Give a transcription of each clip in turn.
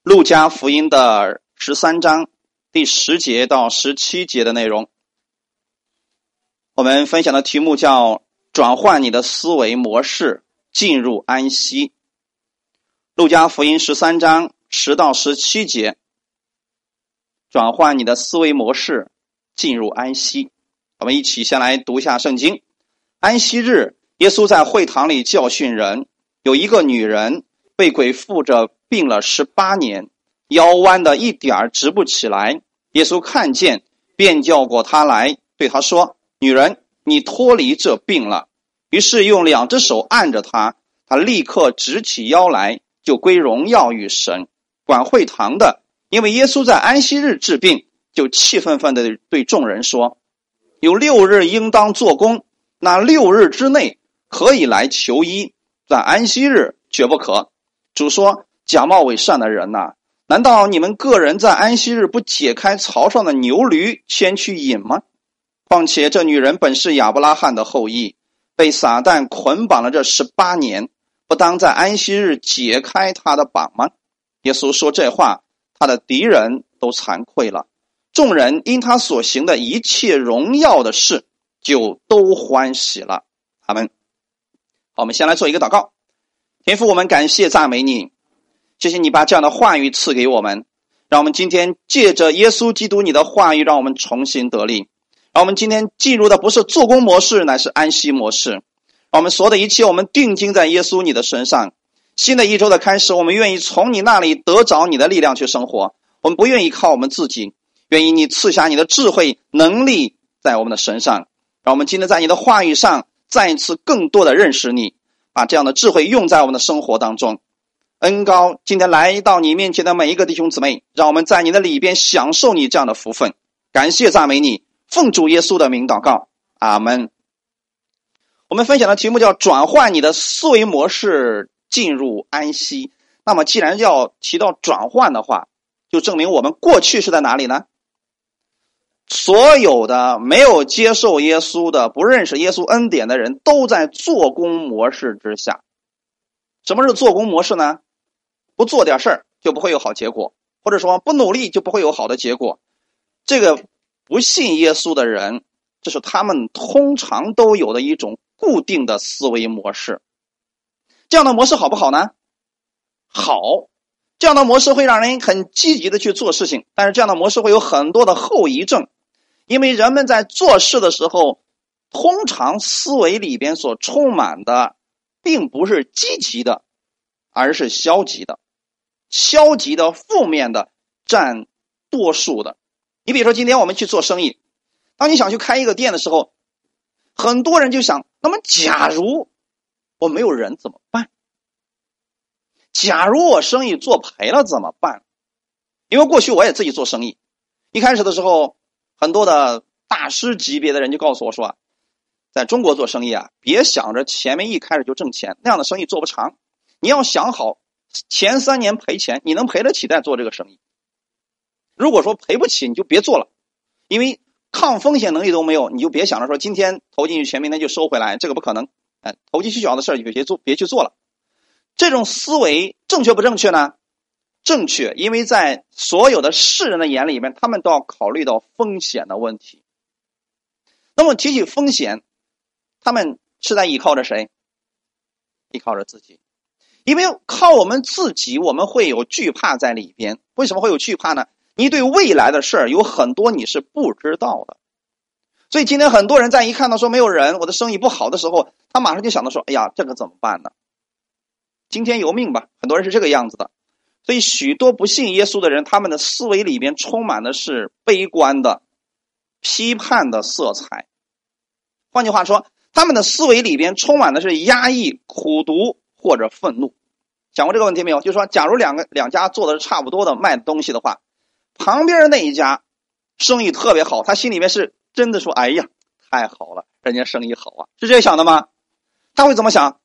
路加福音的13章第10节到17节的内容。我们分享的题目叫转换你的思维模式，进入安息。路加福音13章10到17节，转换你的思维模式，进入安息。我们一起先来读一下圣经。安息日，耶稣在会堂里教训人，有一个女人被鬼附着病了18年，腰弯的一点直不起来。耶稣看见，便叫过她来，对她说：女人，你脱离这病了。于是用2只手按着她，她立刻直起腰来，就归荣耀与神。管会堂的因为耶稣在安息日治病，就气愤愤地对众人说：有6日应当做工，那6日之内可以来求医，在安息日绝不可。主说：假冒伪善的人哪，难道你们个人在安息日不解开槽上的牛驴牵去饮吗？况且这女人本是亚伯拉罕的后裔，被撒旦捆绑了这18年，不当在安息日解开她的绑吗？耶稣说这话，他的敌人都惭愧了。众人因他所行的一切荣耀的事，就都欢喜了。阿们。好，我们先来做一个祷告。天父，我们感谢赞美你，谢谢你把这样的话语赐给我们，让我们今天借着耶稣基督你的话语，让我们重新得力。让我们今天进入的不是做工模式，乃是安息模式。让我们所有的一切，我们定睛在耶稣你的身上。新的一周的开始，我们愿意从你那里得着你的力量去生活，我们不愿意靠我们自己，愿意你赐下你的智慧能力在我们的身上，让我们今天在你的话语上再一次更多的认识你，把这样的智慧用在我们的生活当中。恩膏今天来到你面前的每一个弟兄姊妹，让我们在你的里边享受你这样的福分。感谢赞美你，奉主耶稣的名祷告，阿们。我们分享的题目叫转换你的思维模式，进入安息。那么既然要提到转换的话，就证明我们过去是在哪里呢？所有的没有接受耶稣的，不认识耶稣恩典的人，都在做工模式之下。什么是做工模式呢？不做点事儿就不会有好结果，或者说不努力就不会有好的结果。这个不信耶稣的人，这是他们通常都有的一种固定的思维模式。这样的模式好不好呢？好，这样的模式会让人很积极的去做事情，但是这样的模式会有很多的后遗症。因为人们在做事的时候，通常思维里边所充满的并不是积极的，而是消极的。消极的、负面的占多数的。你比如说今天我们去做生意，当你想去开一个店的时候，很多人就想，那么假如我没有人怎么办？假如我生意做赔了怎么办？因为过去我也自己做生意，一开始的时候，很多的大师级别的人就告诉我说，在中国做生意别想着前面一开始就挣钱，那样的生意做不长。你要想好前3年赔钱，你能赔得起再做这个生意。如果说赔不起，你就别做了，因为抗风险能力都没有，你就别想着说今天投进去钱明天就收回来，这个不可能。投机取巧的事别去做了。这种思维正确不正确呢？正确，因为在所有的世人的眼里面，他们都要考虑到风险的问题。那么提起风险，他们是在依靠着谁？依靠着自己。因为靠我们自己，我们会有惧怕在里边。为什么会有惧怕呢？你对未来的事儿有很多你是不知道的。所以今天很多人在一看到说没有人，我的生意不好的时候，他马上就想到说，哎呀，这个怎么办呢？今天由命吧，很多人是这个样子的。所以许多不信耶稣的人，他们的思维里边充满的是悲观的、批判的色彩。换句话说，他们的思维里边充满的是压抑、苦毒或者愤怒。想过这个问题没有？就是说假如两家做的是差不多的卖东西的话，旁边那一家生意特别好，他心里面是真的说，哎呀，太好了，人家生意好啊，是这样想的吗？他会怎么想？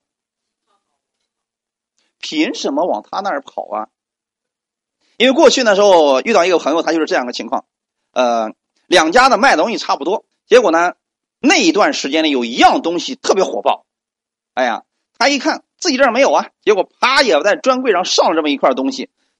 凭什么往他那儿跑啊？因为过去的时候遇到一个朋友，他就是这样的情况。2家的卖东西差不多，结果呢，那一段时间里有一样东西特别火爆。哎呀，他一看自己这儿没有啊，结果啪也在专柜上上了这么一块东西，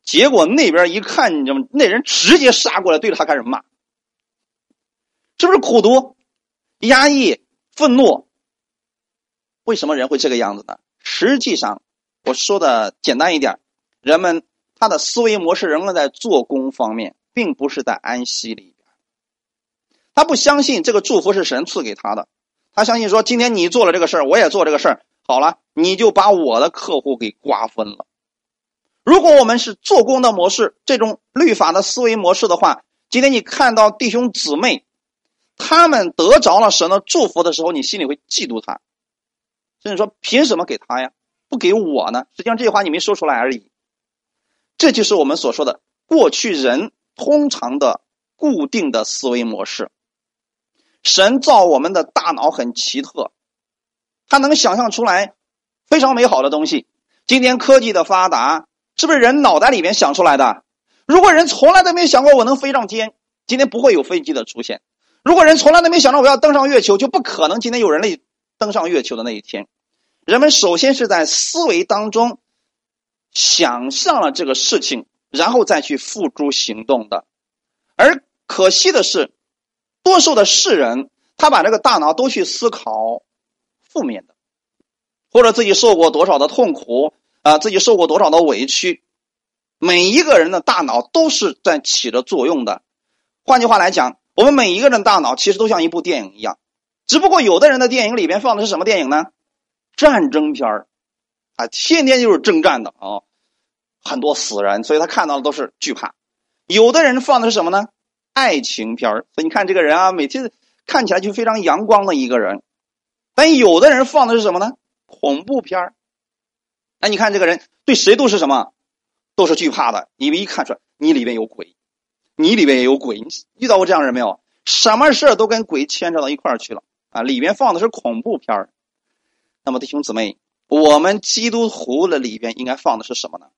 结果那边一看，你知道吗？那人直接杀过来，对着他开始骂，是不是苦毒、压抑、愤怒？为什么人会这个样子呢？实际上，我说的简单一点，人们他的思维模式仍然在做工方面，并不是在安息里边。他不相信这个祝福是神赐给他的，他相信说今天你做了这个事儿，我也做这个事儿，好了，你就把我的客户给瓜分了。如果我们是做工的模式，这种律法的思维模式的话，今天你看到弟兄姊妹他们得着了神的祝福的时候，你心里会嫉妒他，甚至说凭什么给他呀，不给我呢？实际上这句话你没说出来而已。这就是我们所说的过去人通常的固定的思维模式。神造我们的大脑很奇特，他能想象出来非常美好的东西。今天科技的发达，是不是人脑袋里面想出来的？如果人从来都没想过我能飞上天，今天不会有飞机的出现。如果人从来都没想到我要登上月球，就不可能今天有人类登上月球的那一天。人们首先是在思维当中想象了这个事情，然后再去付诸行动的。而可惜的是，多数的世人他把这个大脑都去思考负面的，或者自己受过多少的痛苦自己受过多少的委屈。每一个人的大脑都是在起着作用的。换句话来讲，我们每一个人的大脑其实都像一部电影一样，只不过有的人的电影里边放的是什么电影呢？战争片天天就是征战的很多死人，所以他看到的都是惧怕。有的人放的是什么呢？爱情片，所以你看这个人每天看起来就非常阳光的一个人。但有的人放的是什么呢？恐怖片。那你看这个人对谁都是什么？都是惧怕的，因为一看出来你里面有鬼，你里面也有鬼。你遇到过这样的人没有？什么事都跟鬼牵扯到一块儿去了里面放的是恐怖片。那么弟兄姊妹，我们基督徒的里边应该放的是什么呢？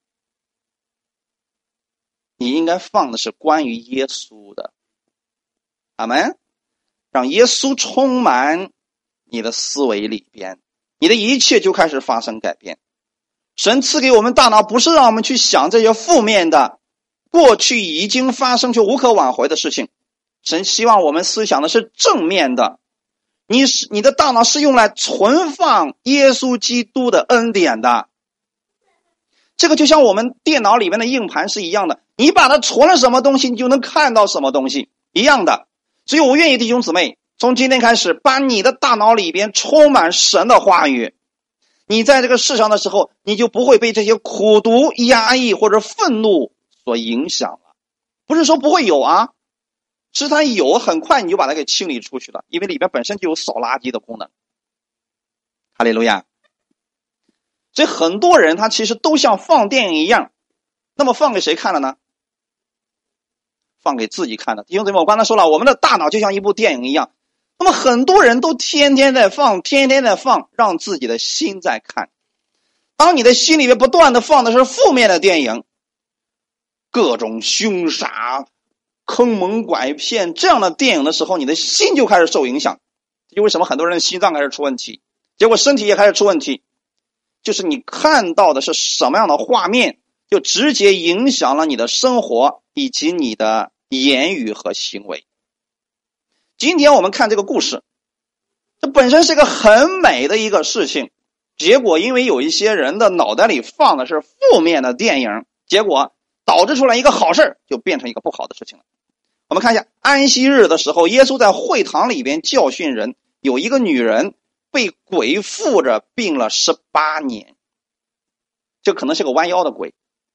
你应该放的是关于耶稣的。阿们。让耶稣充满你的思维里边，你的一切就开始发生改变。神赐给我们大脑，不是让我们去想这些负面的过去已经发生却无可挽回的事情。神希望我们思想的是正面的。你的大脑是用来存放耶稣基督的恩典的。这个就像我们电脑里面的硬盘是一样的，你把它存了什么东西，你就能看到什么东西一样的。所以我愿意弟兄姊妹从今天开始把你的大脑里边充满神的话语。你在这个世上的时候，你就不会被这些苦毒、压抑或者愤怒所影响了。不是说不会有是它有，很快你就把它给清理出去了，因为里边本身就有扫垃圾的功能。哈利路亚。所以很多人他其实都像放电影一样，那么放给谁看了呢？放给自己看的。弟兄姊妹，我刚才说了，我们的大脑就像一部电影一样，那么很多人都天天在放，让自己的心在看。当你的心里面不断的放的是负面的电影，各种凶杀、坑蒙拐骗这样的电影的时候，你的心就开始受影响。因为什么？很多人的心脏开始出问题，结果身体也开始出问题。就是你看到的是什么样的画面，就直接影响了你的生活以及你的言语和行为。今天我们看这个故事，这本身是一个很美的一个事情，结果因为有一些人的脑袋里放的是负面的电影，结果导致出来一个好事就变成一个不好的事情了。我们看一下安息日的时候，耶稣在会堂里边教训人，有一个女人被鬼附着病了18年，这可能是个弯腰的鬼，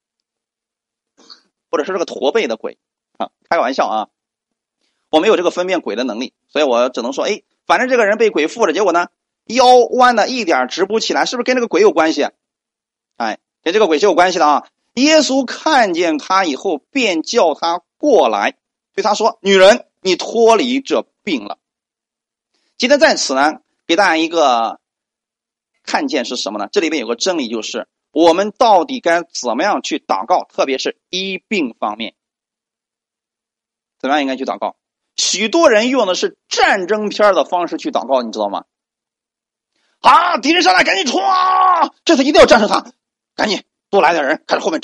或者是个驼背的鬼开个玩笑我没有这个分辨鬼的能力，所以我只能说反正这个人被鬼附着，结果呢腰弯的一点直不起来，是不是跟这个鬼有关系？跟这个鬼是有关系的耶稣看见他以后，便叫他过来，对他说：女人，你脱离这病了。今天在此呢，给大家一个看见是什么呢？这里面有个真理，就是我们到底该怎么样去祷告，特别是医病方面，怎么样应该去祷告？许多人用的是战争片的方式去祷告，你知道吗？敌人上来赶紧冲这次一定要战胜他，赶紧多来点人，开始后面征战，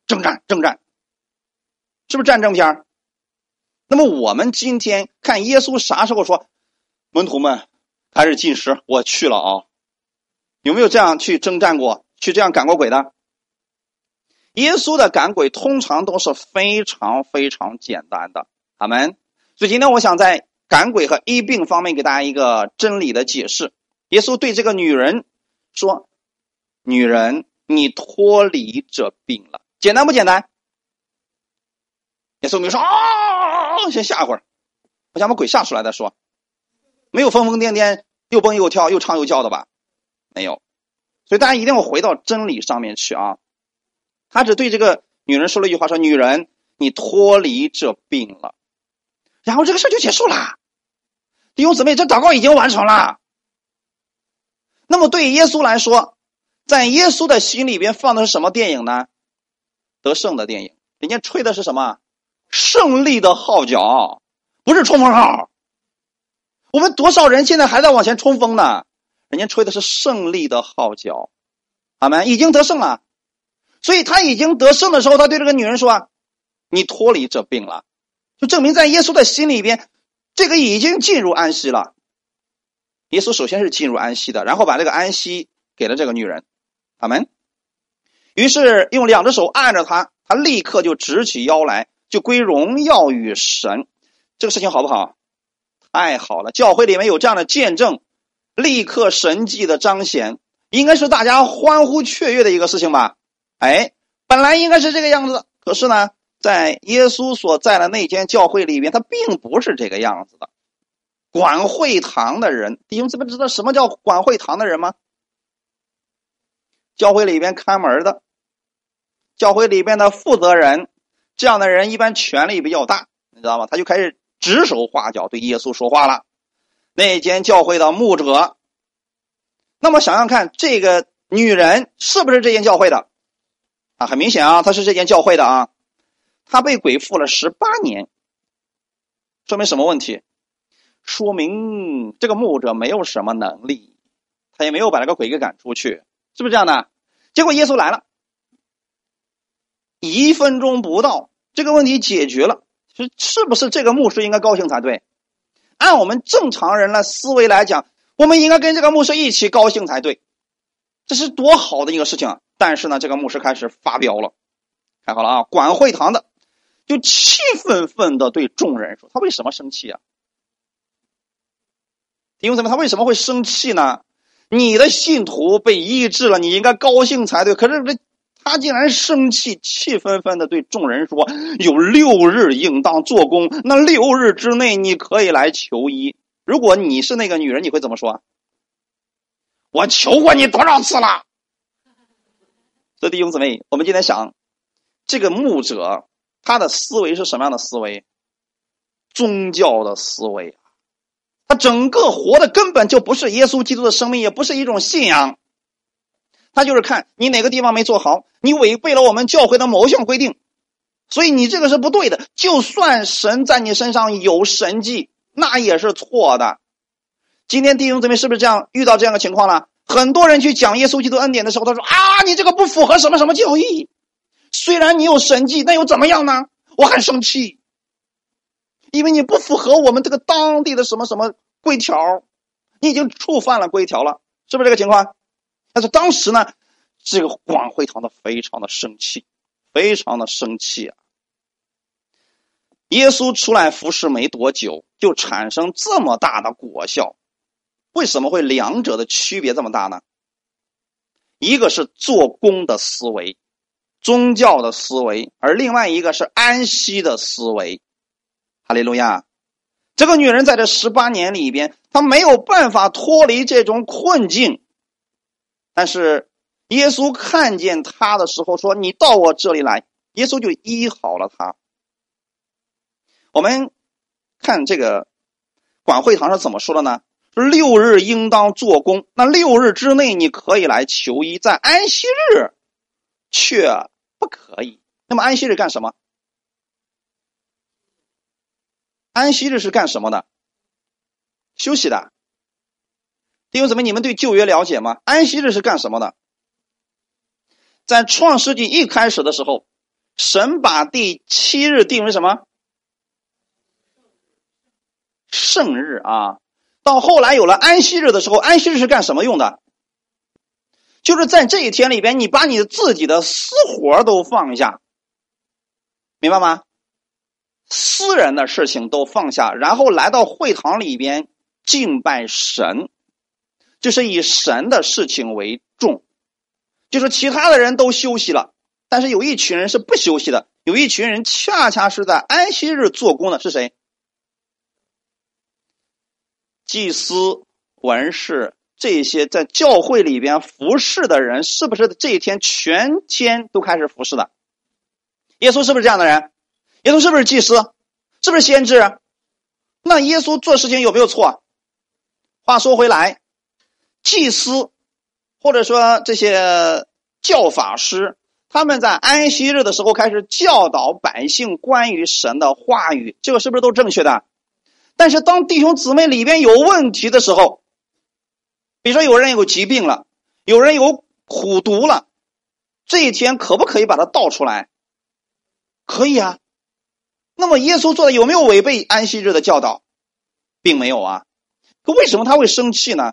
征战，是不是战争片？那么我们今天看耶稣啥时候说门徒们还是禁食，我去了啊？有没有这样去征战过，去这样赶过鬼的？耶稣的赶鬼通常都是非常非常简单的，阿们。所以今天我想在赶鬼和医病方面给大家一个真理的解释。耶稣对这个女人说，女人，你脱离这病了，简单不简单？耶稣没有说先吓会儿，我想把鬼吓出来再说，没有疯疯癫癫又蹦又跳又唱又叫的吧？没有。所以大家一定要回到真理上面去啊。他只对这个女人说了一句话，说女人，你脱离这病了，然后这个事就结束了。弟兄姊妹，这祷告已经完成了。那么对耶稣来说，在耶稣的心里边放的是什么电影呢？得胜的电影。人家吹的是什么？胜利的号角，不是冲锋号。我们多少人现在还在往前冲锋呢？人家吹的是胜利的号角，阿们，已经得胜了。所以他已经得胜的时候，他对这个女人说，你脱离这病了，就证明在耶稣的心里边，这个已经进入安息了。耶稣首先是进入安息的，然后把这个安息给了这个女人，阿们。于是用两只手按着她，她立刻就直起腰来，就归荣耀与神。这个事情好不好？太好了，教会里面有这样的见证，立刻神迹的彰显，应该是大家欢呼雀跃的一个事情吧。本来应该是这个样子，可是呢，在耶稣所在的那间教会里边，他并不是这个样子的。管会堂的人，弟兄姊妹知道什么叫管会堂的人吗？教会里边看门的，教会里边的负责人，这样的人一般权力比较大，你知道吗？他就开始指手画脚对耶稣说话了。那间教会的牧者，那么想想看，这个女人是不是这间教会的？很明显啊，她是这间教会的啊。她被鬼附了18年，说明什么问题？说明这个牧者没有什么能力，他也没有把那个鬼给赶出去，是不是这样的？结果耶稣来了，1分钟不到，这个问题解决了，是不是这个牧师应该高兴才对？按我们正常人的思维来讲，我们应该跟这个牧师一起高兴才对，这是多好的一个事情啊！但是呢，这个牧师开始发飙了，看好了啊，管会堂的就气愤愤的对众人说，他为什么生气啊？弟兄姊妹，他为什么会生气呢？你的信徒被医治了，你应该高兴才对，可是他竟然生气，气愤愤的对众人说，有6日应当做工，那6日之内你可以来求医。如果你是那个女人，你会怎么说？我求过你多少次了？所以弟兄姊妹，我们今天想，这个牧者他的思维是什么样的思维？宗教的思维。他整个活的根本就不是耶稣基督的生命，也不是一种信仰，他就是看你哪个地方没做好，你违背了我们教会的某项规定，所以你这个是不对的。就算神在你身上有神迹，那也是错的。今天弟兄姊妹是不是这样遇到这样的情况了？很多人去讲耶稣基督恩典的时候，他说你这个不符合什么什么教义，虽然你有神迹，那又怎么样呢？我很生气，因为你不符合我们这个当地的什么什么规条，你已经触犯了规条了，是不是这个情况？但是当时呢，这个管会堂的非常的生气，非常的生气啊！耶稣出来服侍没多久，就产生这么大的果效，为什么会两者的区别这么大呢？一个是做工的思维，宗教的思维，而另外一个是安息的思维。哈利路亚！这个女人在这18年里边，她没有办法脱离这种困境，但是耶稣看见她的时候说，你到我这里来，耶稣就医好了她。我们看这个管会堂是怎么说的呢？6日应当做工，那6日之内你可以来求医，在安息日却不可以。那么安息日干什么？安息日是干什么的？休息的。弟兄姊妹，你们对旧约了解吗？安息日是干什么的？在创世纪一开始的时候， 神把第7日定为什么？圣日啊。到后来有了安息日的时候，安息日是干什么用的？就是在这一天里边，你把你自己的私活都放下，明白吗？私人的事情都放下，然后来到会堂里边敬拜神，就是以神的事情为重。就是其他的人都休息了，但是有一群人是不休息的，有一群人恰恰是在安息日做工的，是谁？祭司、文士，这些在教会里边服侍的人，是不是这一天全天都开始服侍的？耶稣是不是这样的人？耶稣是不是祭司？是不是先知？那耶稣做事情有没有错？话说回来，祭司或者说这些教法师，他们在安息日的时候开始教导百姓关于神的话语，这个是不是都正确的？但是当弟兄姊妹里边有问题的时候，比如说有人有疾病了，有人有苦毒了，这一天可不可以把它倒出来？可以啊。那么耶稣做的有没有违背安息日的教导？并没有啊。可为什么他会生气呢？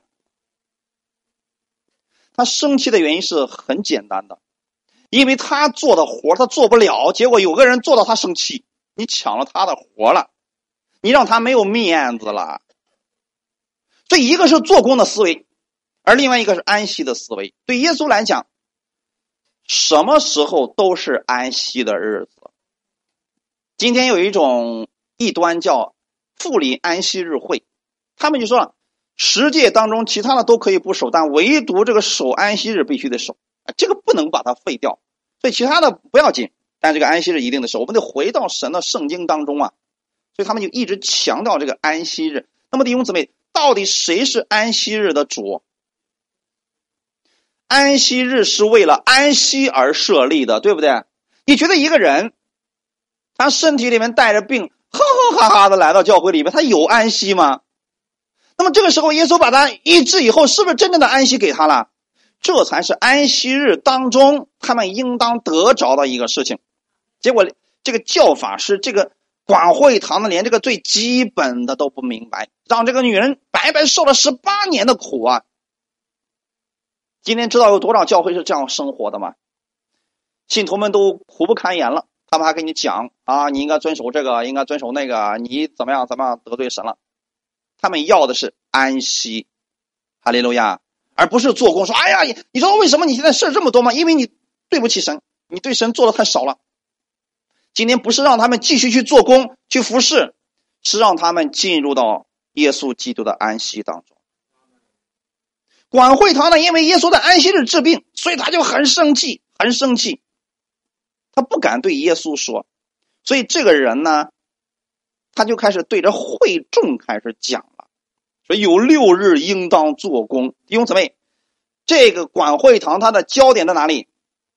他生气的原因是很简单的，因为他做的活他做不了，结果有个人做到他生气，你抢了他的活了，你让他没有面子了。所以一个是做工的思维，而另外一个是安息的思维。对耶稣来讲，什么时候都是安息的日子。今天有一种异端叫复临安息日会，他们就说了，10诫当中其他的都可以不守，但唯独这个守安息日必须得守，这个不能把它废掉，所以其他的不要紧，但这个安息日一定得守。我们得回到神的圣经当中啊，所以他们就一直强调这个安息日。那么弟兄姊妹，到底谁是安息日的主？安息日是为了安息而设立的，对不对？你觉得一个人他身体里面带着病，哈哈哈哈的来到教会里面，他有安息吗？那么这个时候耶稣把他医治以后，是不是真正的安息给他了？这才是安息日当中他们应当得着的一个事情。结果这个教法师，这个管会堂的连这个最基本的都不明白，让这个女人白白受了18年的苦啊。今天知道有多少教会是这样生活的吗？信徒们都苦不堪言了，他们还跟你讲啊，你应该遵守这个，应该遵守那个，你怎么样得罪神了。他们要的是安息，哈利路亚，而不是做工。说哎呀，你知道为什么你现在事这么多吗？因为你对不起神，你对神做的太少了。今天不是让他们继续去做工去服侍，是让他们进入到耶稣基督的安息当中。管会堂呢，因为耶稣的安息日治病，所以他就很生气，他不敢对耶稣说，所以这个人呢，他就开始对着会众开始讲了，说有6日应当做工。弟兄姊妹，这个管会堂它的焦点在哪里？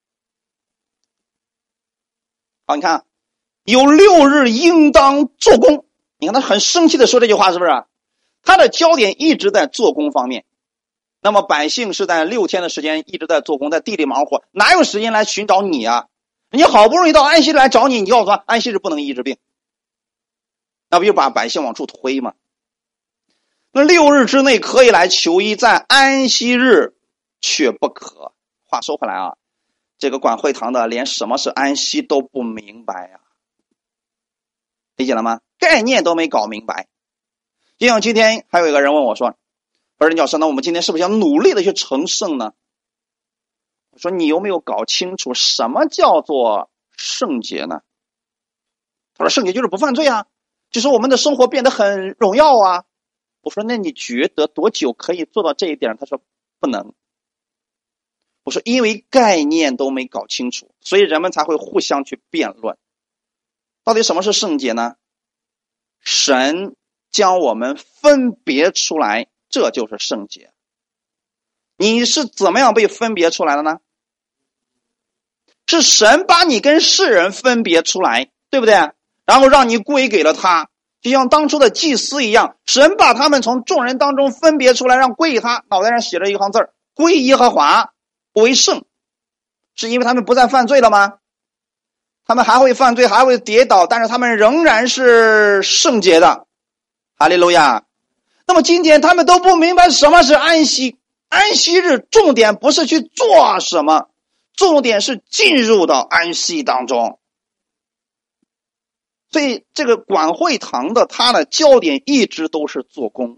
好，你看有6日应当做工，你看他很生气的说这句话，是不是？他的焦点一直在做工方面。那么百姓是在6天的时间一直在做工，在地里忙活，哪有时间来寻找你啊？人家好不容易到安息日来找你，你告诉他安息日不能医治病，那不就把百姓往出推吗？那6日之内可以来求医，在安息日却不可。话说回来啊，这个管会堂的连什么是安息都不明白啊，理解了吗？概念都没搞明白。就像今天还有一个人问我说，任教授，那我们今天是不是要努力的去成圣呢？我说你有没有搞清楚什么叫做圣洁呢？他说圣洁就是不犯罪啊，就是我们的生活变得很荣耀啊。我说那你觉得多久可以做到这一点？他说不能。我说因为概念都没搞清楚，所以人们才会互相去辩论。到底什么是圣洁呢？神将我们分别出来，这就是圣洁。你是怎么样被分别出来的呢？是神把你跟世人分别出来，对不对？然后让你归给了他，就像当初的祭司一样，神把他们从众人当中分别出来，让归给他，脑袋上写着一行字，归耶和华为圣。是因为他们不再犯罪了吗？ 他们还会犯罪，还会跌倒，但是他们仍然是圣洁的。哈利路亚。那么今天他们都不明白什么是安息。安息日重点不是去做什么，重点是进入到安息当中。所以这个管会堂的他的焦点一直都是做工。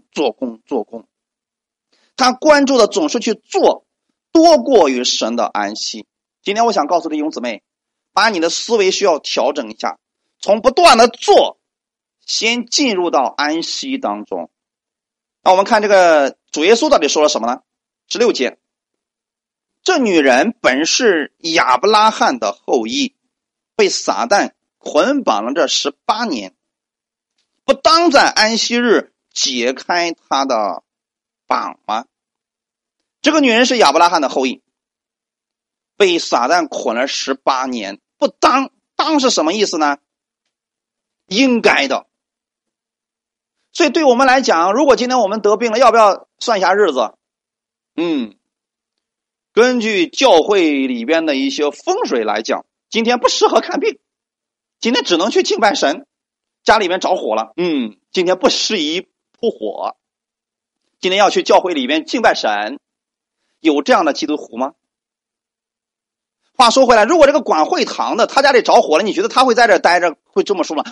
他关注的总是去做，多过于神的安息。今天我想告诉弟兄姊妹，把你的思维需要调整一下，从不断的做，先进入到安息当中。那我们看这个主耶稣到底说了什么呢？16节，这女人本是亚伯拉罕的后裔，被撒旦捆绑了这18年，不当在安息日解开他的绑吗？这个女人是亚伯拉罕的后裔，被撒旦捆了18年，不当是什么意思呢？应该的。所以对我们来讲，如果今天我们得病了，要不要算一下日子？根据教会里边的一些风水来讲，今天不适合看病，今天只能去敬拜神。家里面着火了，今天不适宜扑火，今天要去教会里面敬拜神。有这样的基督徒吗？话说回来，如果这个管会堂的他家里着火了，你觉得他会在这待着会这么说吗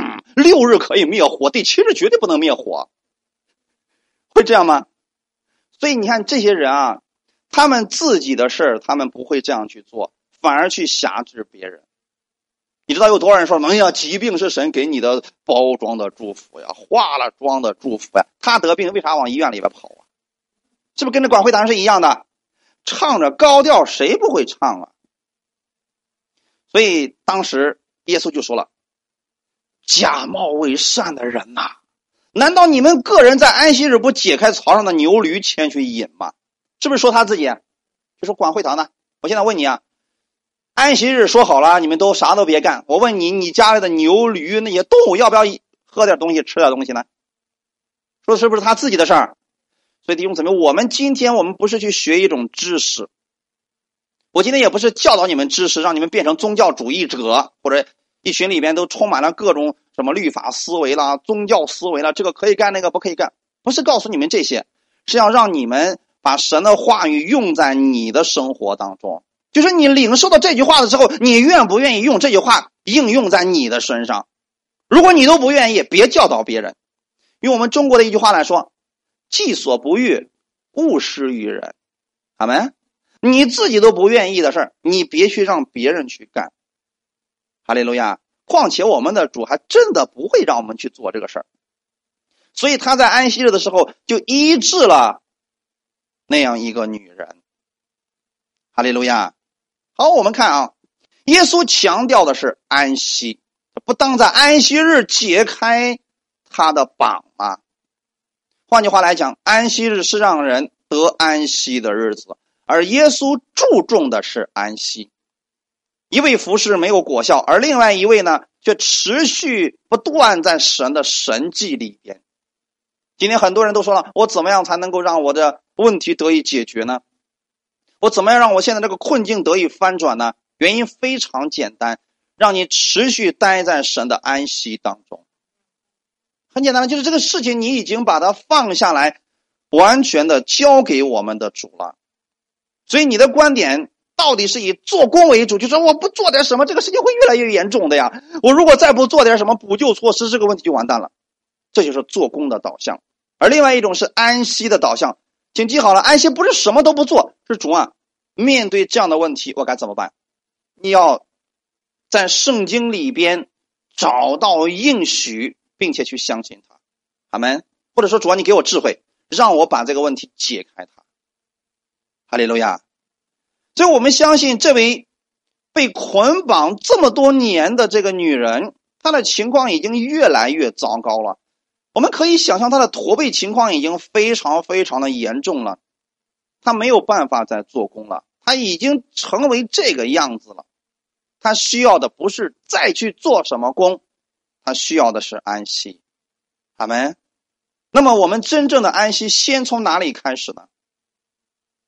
？6日可以灭火，第7日绝对不能灭火，会这样吗？所以你看这些人啊，他们自己的事儿他们不会这样去做，反而去辖制别人。你知道有多少人说，哎呀，疾病是神给你的包装的祝福呀，化了妆的祝福呀，他得病为啥往医院里边跑啊？是不是跟这管会堂是一样的？唱着高调谁不会唱啊？所以当时耶稣就说了，假冒为善的人呐，难道你们个人在安息日不解开槽上的牛驴牵去饮吗？是不是说他自己？就说管会堂的。我现在问你啊，安息日说好了你们都啥都别干，我问你，你家里的牛驴那些动物要不要喝点东西吃点东西呢？说是不是他自己的事儿？所以弟兄姊妹，我们今天我们不是去学一种知识，我今天也不是教导你们知识，让你们变成宗教主义者，或者一群里边都充满了各种什么律法思维啦、宗教思维啦，这个可以干，那个不可以干，不是告诉你们这些，是要让你们把神的话语用在你的生活当中。就是你领受到这句话的时候，你愿不愿意用这句话应用在你的身上？如果你都不愿意，别教导别人。用我们中国的一句话来说，己所不欲，勿施于人。阿们。你自己都不愿意的事儿，你别去让别人去干。哈利路亚。况且我们的主还真的不会让我们去做这个事儿，所以他在安息日的时候就医治了那样一个女人。哈利路亚。好，我们看啊，耶稣强调的是安息，不当在安息日解开他的绑吗？换句话来讲，安息日是让人得安息的日子，而耶稣注重的是安息。一位服侍没有果效，而另外一位呢，却持续不断在神的神迹里边。今天很多人都说了，我怎么样才能够让我的问题得以解决呢？我怎么样让我现在这个困境得以翻转呢？原因非常简单，让你持续待在神的安息当中。很简单的，就是这个事情你已经把它放下来，完全的交给我们的主了。所以你的观点到底是以做工为主，就说我不做点什么，这个事情会越来越严重的呀。我如果再不做点什么补救措施，这个问题就完蛋了。这就是做工的导向。而另外一种是安息的导向。请记好了，安息不是什么都不做，是主啊，面对这样的问题我该怎么办？你要在圣经里边找到应许，并且去相信它。阿们。或者说主啊，你给我智慧，让我把这个问题解开它。哈利路亚。所以我们相信这位被捆绑这么多年的这个女人，她的情况已经越来越糟糕了。我们可以想象她的驼背情况已经非常非常的严重了，她没有办法再做工了，她已经成为这个样子了。她需要的不是再去做什么工，她需要的是安息。阿们。那么我们真正的安息先从哪里开始呢？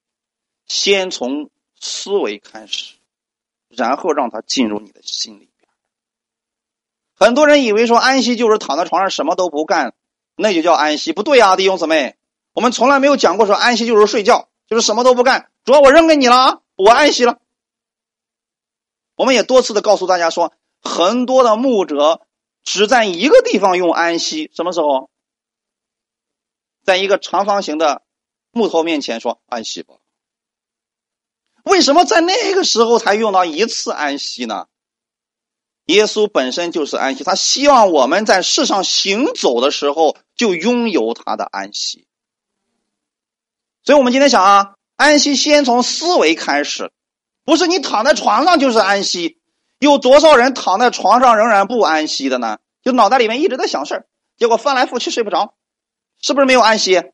先从思维开始，然后让它进入你的心里边。 很多人以为说安息就是躺在床上什么都不干，那就叫安息。不对啊，弟兄姊妹，我们从来没有讲过说安息就是睡觉，就是什么都不干，主要我扔给你了，我安息了。我们也多次的告诉大家说，很多的牧者只在一个地方用安息，什么时候？在一个长方形的木头面前说安息吧。为什么在那个时候才用到一次安息呢？耶稣本身就是安息，他希望我们在世上行走的时候就拥有他的安息。所以我们今天想啊，安息先从思维开始，不是你躺在床上就是安息。有多少人躺在床上仍然不安息的呢？就脑袋里面一直在想事儿，结果翻来覆去睡不着，是不是没有安息？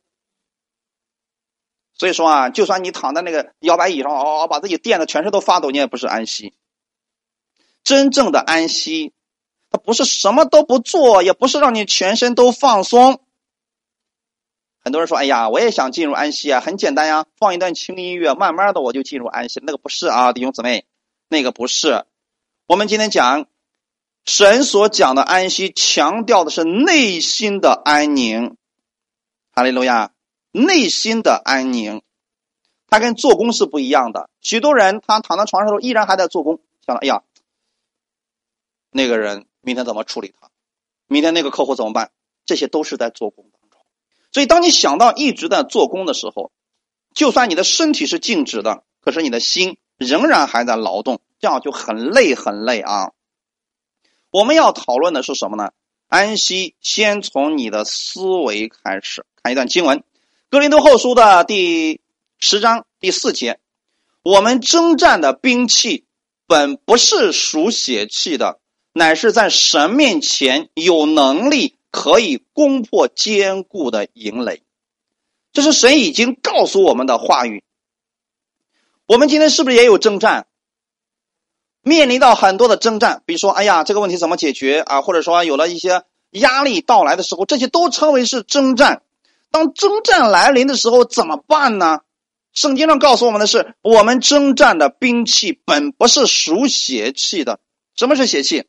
所以说啊，就算你躺在那个摇摆椅上，把自己电的全身都发抖，你也不是安息。真正的安息，它不是什么都不做，也不是让你全身都放松。很多人说，哎呀，我也想进入安息啊，很简单呀，放一段轻音乐，慢慢的我就进入安息。那个不是啊，弟兄姊妹，那个不是。我们今天讲神所讲的安息，强调的是内心的安宁。哈利路亚，内心的安宁，它跟做工是不一样的。许多人他躺在床上的时候依然还在做工，想了，哎呀，那个人明天怎么处理他，明天那个客户怎么办，这些都是在做工当中。所以当你想到一直在做工的时候，就算你的身体是静止的，可是你的心仍然还在劳动，这样就很累很累啊。我们要讨论的是什么呢？安息先从你的思维开始。看一段经文，哥林多后书的第10章第4节，我们征战的兵器本不是属血气的，乃是在神面前有能力可以攻破坚固的营垒。这是神已经告诉我们的话语。我们今天是不是也有征战？面临到很多的征战，比如说哎呀这个问题怎么解决啊，或者说有了一些压力到来的时候，这些都称为是征战。当征战来临的时候怎么办呢？圣经上告诉我们的是，我们征战的兵器本不是属血气的。什么是血气？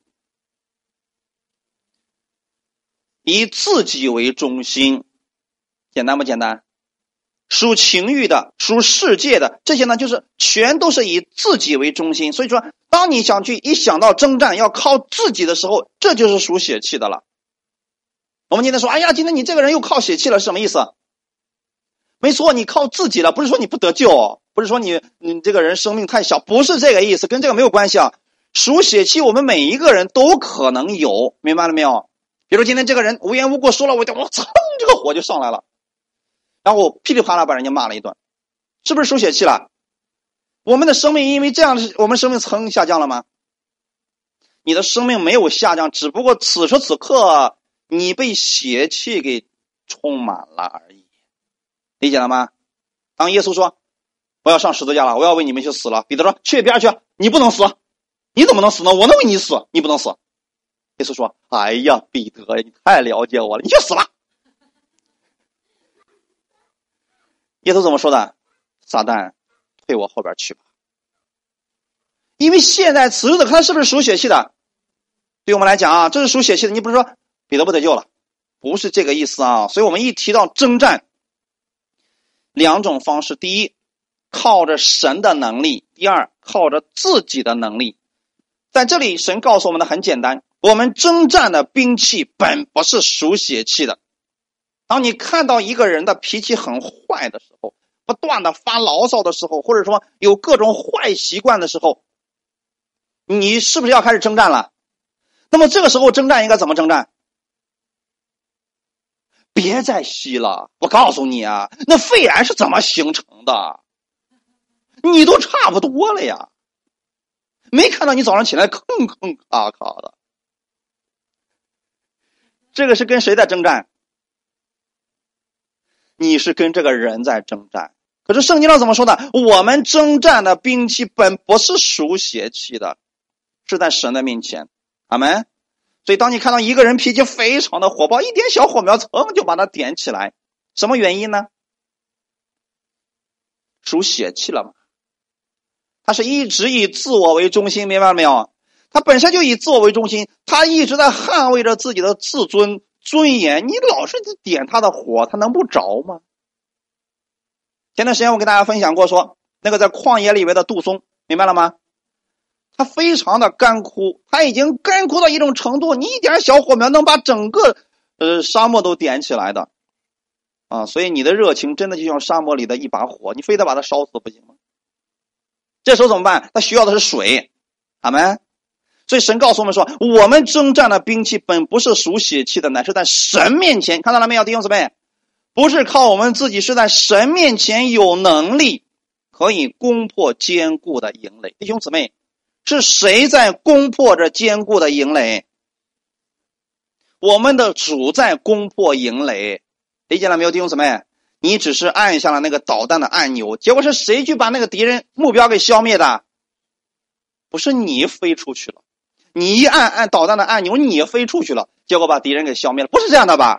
以自己为中心，简单不简单？属情欲的，属世界的，这些呢就是全都是以自己为中心。所以说当你一想到征战要靠自己的时候，这就是属血气的了。我们今天说，哎呀，今天你这个人又靠血气了，是什么意思？没错，你靠自己了，不是说你不得救，不是说你这个人生命太小，不是这个意思，跟这个没有关系啊。属血气我们每一个人都可能有，明白了没有？比如今天这个人无缘无故说了我噌，这个火就上来了，然后噼里啪啦把人家骂了一顿，是不是属血气了？我们的生命因为这样，我们生命层下降了吗？你的生命没有下降，只不过此时此刻你被血气给充满了而已，理解了吗？当耶稣说我要上十字架了，我要为你们去死了，彼得说去边去，你不能死，你怎么能死呢？我能为你死，你不能死。耶稣说，哎呀彼得，你太了解我了，你去死了。耶稣怎么说的？撒旦退我后边去吧。因为现在此时的他是不是属血气的？对我们来讲啊，这是属血气的。你不是说彼得不得救了，不是这个意思啊。所以我们一提到征战，两种方式，第一靠着神的能力，第二靠着自己的能力。在这里神告诉我们的很简单，我们征战的兵器本不是属血气的。当你看到一个人的脾气很坏的时候，不断的发牢骚的时候，或者说有各种坏习惯的时候，你是不是要开始征战了？那么这个时候征战应该怎么征战？别再吸了，我告诉你啊，那肺癌是怎么形成的？你都差不多了呀，没看到你早上起来吭吭咔咔的。这个是跟谁在征战？你是跟这个人在征战。可是圣经上怎么说的？我们征战的兵器本不是属血气的，是在神的面前。阿们。所以当你看到一个人脾气非常的火爆，一点小火苗噌就把它点起来，什么原因呢？属血气了嘛？他是一直以自我为中心，明白了没有？ 他本身就以自我为中心，他一直在捍卫着自己的自尊尊严，你老是点他的火，他能不着吗？前段时间我给大家分享过说，那个在旷野里面的杜松，明白了吗？他非常的干枯，他已经干枯到一种程度，你一点小火苗能把整个沙漠都点起来的啊！所以你的热情真的就像沙漠里的一把火，你非得把它烧死不行吗？这时候怎么办？他需要的是水，阿们。所以神告诉我们说，我们征战的兵器本不是属血气的，乃是在神面前，看到了没有，弟兄姊妹？不是靠我们自己，是在神面前有能力可以攻破坚固的营垒。弟兄姊妹，是谁在攻破着坚固的营垒？我们的主在攻破营垒，理解了没有，弟兄姊妹？你只是按下了那个导弹的按钮，结果是谁去把那个敌人目标给消灭的？不是你飞出去了，你一按导弹的按钮，你飞出去了，结果把敌人给消灭了，不是这样的吧？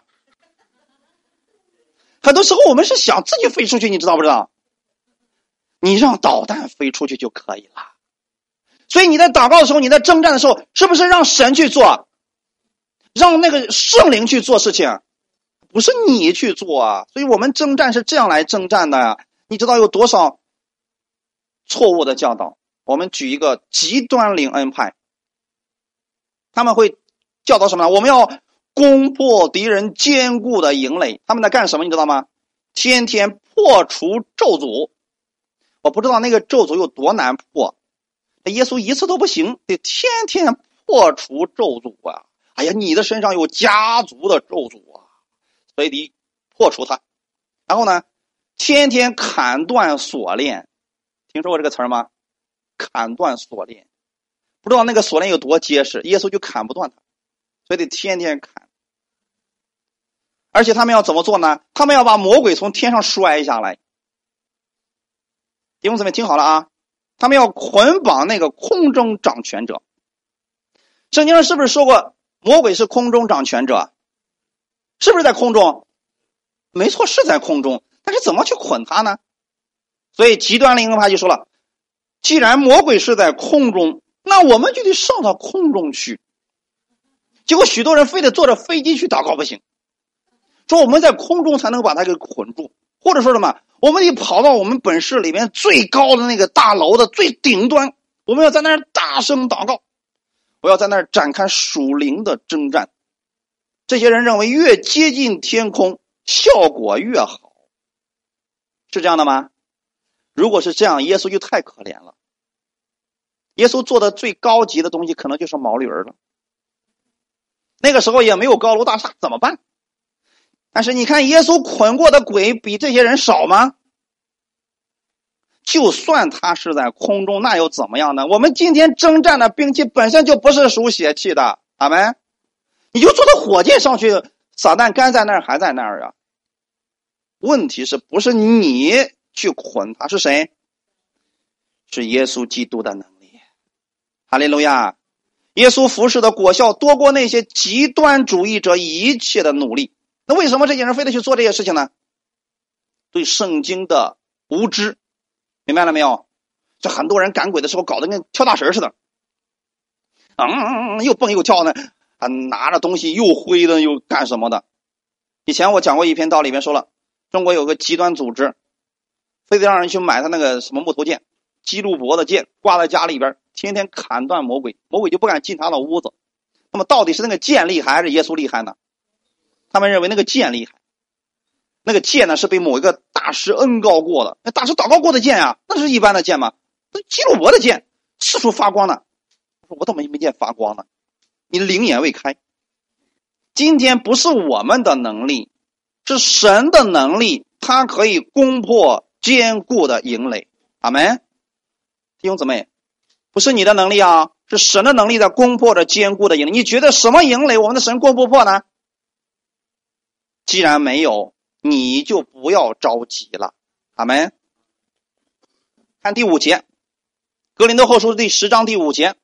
很多时候我们是想自己飞出去，你知道不知道？你让导弹飞出去就可以了。所以你在祷告的时候，你在征战的时候，是不是让神去做，让那个圣灵去做事情，不是你去做啊？所以我们征战是这样来征战的呀。你知道有多少错误的教导？我们举一个极端灵恩派，他们会教导什么呢？我们要攻破敌人坚固的营垒。他们在干什么你知道吗？天天破除咒诅。我不知道那个咒诅有多难破，耶稣一次都不行，得天天破除咒诅啊！哎呀，你的身上有家族的咒诅啊，所以得破除它。然后呢，天天砍断锁链，听说过这个词儿吗？砍断锁链，不知道那个锁链有多结实，耶稣就砍不断它，所以得天天砍。而且他们要怎么做呢？他们要把魔鬼从天上摔下来。弟兄姊妹听好了啊，他们要捆绑那个空中掌权者。圣经上是不是说过魔鬼是空中掌权者？是不是在空中？没错，是在空中，但是怎么去捆他呢？所以极端灵恩派就说了，既然魔鬼是在空中，那我们就得上到空中去。结果许多人非得坐着飞机去祷告不行，说我们在空中才能把他给捆住，或者说什么我们得跑到我们本市里面最高的那个大楼的最顶端，我们要在那儿大声祷告，我要在那儿展开属灵的征战。这些人认为越接近天空效果越好，是这样的吗？如果是这样，耶稣就太可怜了。耶稣做的最高级的东西可能就是毛驴儿了，那个时候也没有高楼大厦，怎么办？但是你看耶稣捆过的鬼比这些人少吗？就算他是在空中，那又怎么样呢？我们今天征战的兵器本身就不是属血气的，阿们。你就坐到火箭上去，撒旦干在那儿还在那儿啊。问题是不是你去捆他，是谁？是耶稣基督的能力。哈利路亚！耶稣服侍的果效多过那些极端主义者一切的努力。那为什么这些人非得去做这些事情呢？对圣经的无知，明白了没有？这很多人赶鬼的时候搞得跟跳大神似的，又蹦又跳呢，拿着东西又挥的又干什么的。以前我讲过一篇道，里面说了，中国有个极端组织，非得让人去买他那个什么木头剑，基路伯的剑，挂在家里边，天天砍断魔鬼，魔鬼就不敢进他的屋子。那么到底是那个剑厉害还是耶稣厉害呢？他们认为那个剑厉害，那个剑呢是被某一个大师恩膏过的，那大师祷告过的剑啊，那是一般的剑吗？那基路伯的剑四处发光的，我怎么没见发光呢？你的灵眼未开。今天不是我们的能力，是神的能力，他可以攻破坚固的营垒。阿们。弟兄姊妹，不是你的能力啊，是神的能力在攻破着坚固的营垒。你觉得什么营垒我们的神攻不破呢？既然没有，你就不要着急了。阿们。看第5节，哥林多后书第10章第5节，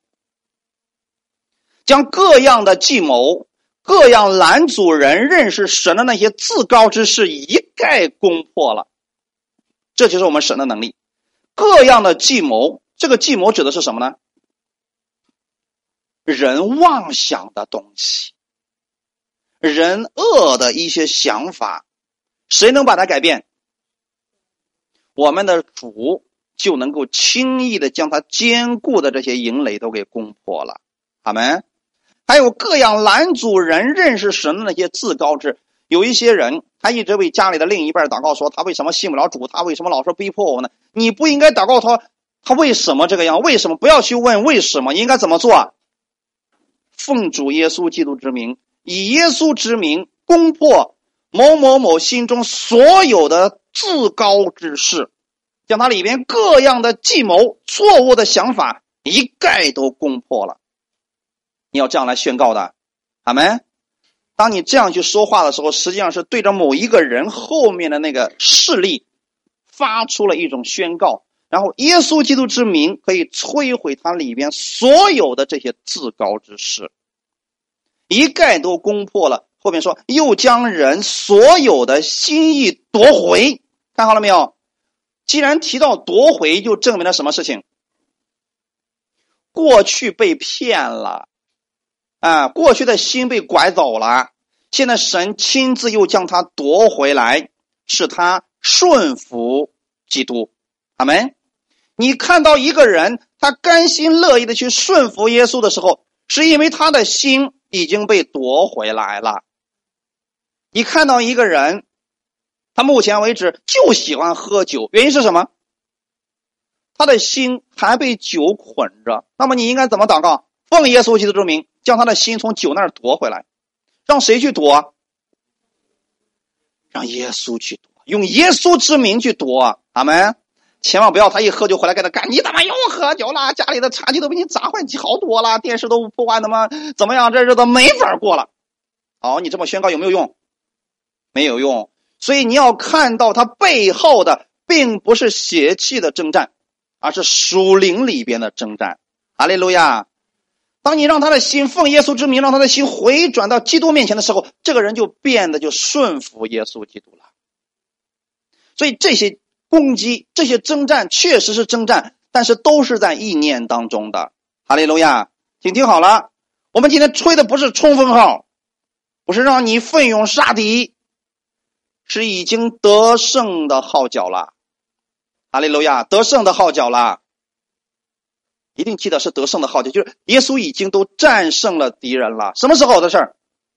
将各样的计谋，各样拦阻人认识神的那些自高之事一概攻破了。这就是我们神的能力。各样的计谋，这个计谋指的是什么呢？ 人妄想的东西，人恶的一些想法，谁能把它改变？我们的主就能够轻易的将他坚固的这些营垒都给攻破了。阿们。还有各样拦阻人认识神的那些自高之，有一些人他一直为家里的另一半祷告，说他为什么信不了主，他为什么老是逼迫我呢？你不应该祷告他为什么这个样，为什么？不要去问为什么，应该怎么做？奉主耶稣基督之名，以耶稣之名攻破某某某心中所有的自高之事，将他里边各样的计谋、错误的想法一概都攻破了。你要这样来宣告的，阿们。当你这样去说话的时候，实际上是对着某一个人后面的那个势力发出了一种宣告，然后耶稣基督之名可以摧毁他里边所有的这些自高之事，一概都攻破了。后面说又将人所有的心意夺回，看好了没有？既然提到夺回，就证明了什么事情？过去被骗了过去的心被拐走了，现在神亲自又将他夺回来，使他顺服基督。阿们。你看到一个人他甘心乐意的去顺服耶稣的时候，是因为他的心已经被夺回来了。你看到一个人他目前为止就喜欢喝酒，原因是什么？他的心还被酒捆着。那么你应该怎么祷告？奉耶稣基督之名，将他的心从酒那儿夺回来。让谁去夺？让耶稣去夺，用耶稣之名去夺。阿们。千万不要他一喝酒回来跟他干，你怎么又喝酒了？家里的茶几都被你砸坏好多了，电视都破坏，怎么样？这日子没法过了。好，你这么宣告有没有用？没有用。所以你要看到他背后的并不是血气的征战，而是属灵里边的征战。哈利路亚。当你让他的心奉耶稣之名，让他的心回转到基督面前的时候，这个人就变得就顺服耶稣基督了。所以这些攻击，这些征战确实是征战，但是都是在意念当中的。哈利路亚。请听好了，我们今天吹的不是冲锋号，不是让你奋勇杀敌，是已经得胜的号角了。哈利路亚。得胜的号角了，一定记得是得胜的号角，就是耶稣已经都战胜了敌人了。什么时候的事儿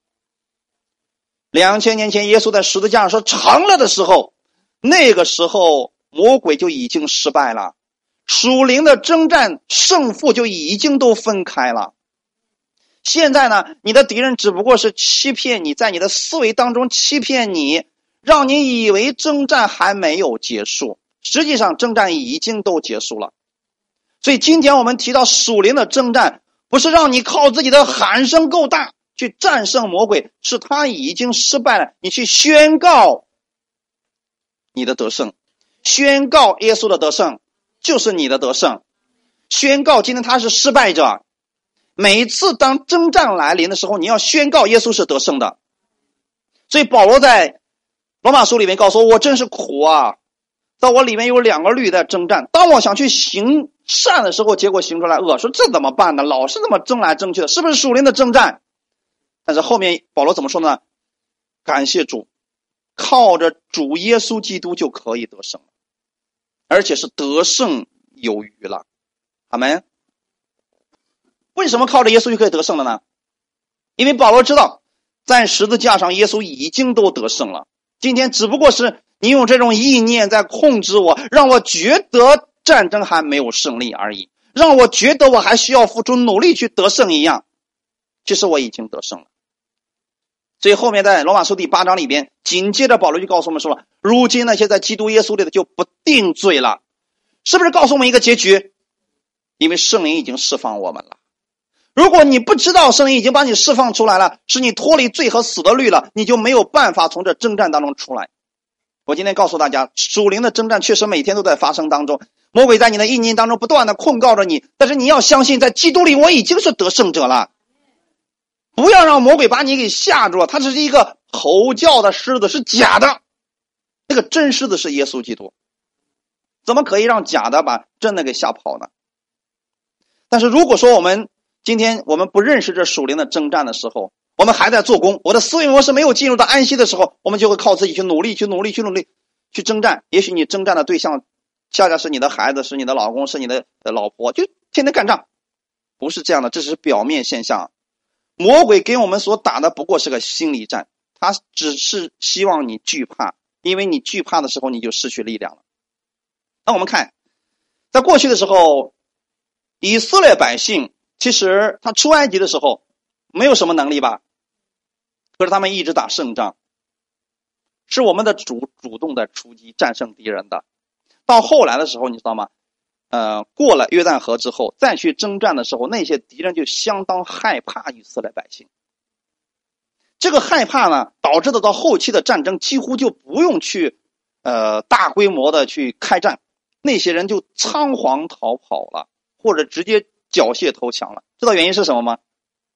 ？2000年前耶稣在十字架上说成了的时候，那个时候魔鬼就已经失败了，属灵的征战胜负就已经都分开了。现在呢，你的敌人只不过是欺骗你，在你的思维当中欺骗你，让你以为征战还没有结束，实际上征战已经都结束了。所以今天我们提到属灵的征战，不是让你靠自己的喊声够大去战胜魔鬼，是他已经失败了，你去宣告你的得胜，宣告耶稣的得胜就是你的得胜，宣告今天他是失败者。每次当征战来临的时候，你要宣告耶稣是得胜的。所以保罗在罗马书里面告诉我真是苦啊，在我里面有2个律在征战，当我想去行善的时候，结果行出来恶，说这怎么办呢？老是这么争来争去的，是不是属灵的征战？但是后面保罗怎么说呢？感谢主，靠着主耶稣基督就可以得胜了，而且是得胜有余了。阿们。为什么靠着耶稣就可以得胜了呢？因为保罗知道在十字架上耶稣已经都得胜了，今天只不过是你用这种意念在控制我，让我觉得战争还没有胜利而已，让我觉得我还需要付出努力去得胜一样，其实我已经得胜了。所以后面在罗马书第8章里边，紧接着保罗就告诉我们说了，如今那些在基督耶稣里的就不定罪了。是不是告诉我们一个结局？因为圣灵已经释放我们了。如果你不知道圣灵已经把你释放出来了，使你脱离罪和死的律了，你就没有办法从这征战当中出来。我今天告诉大家，属灵的征战确实每天都在发生当中，魔鬼在你的意念当中不断的控告着你，但是你要相信在基督里我已经是得胜者了。不要让魔鬼把你给吓住了，他只是一个吼叫的狮子，是假的，那个真狮子是耶稣基督，怎么可以让假的把真的给吓跑呢？但是如果说我们今天我们不认识这属灵的征战的时候，我们还在做工，我的思维模式没有进入到安息的时候，我们就会靠自己去努力去征战。也许你征战的对象恰恰是你的孩子，是你的老公，是你的老婆，就天天干仗。不是这样的，这只是表面现象。魔鬼给我们所打的不过是个心理战，他只是希望你惧怕，因为你惧怕的时候你就失去力量了。那我们看在过去的时候，以色列百姓其实他出埃及的时候没有什么能力吧，可是他们一直打胜仗，是我们的主动的出击战胜敌人的。到后来的时候你知道吗，过了约旦河之后再去征战的时候，那些敌人就相当害怕以色列百姓。这个害怕呢，导致到后期的战争几乎就不用去大规模的去开战，那些人就仓皇逃跑了，或者直接缴械投降了。知道原因是什么吗？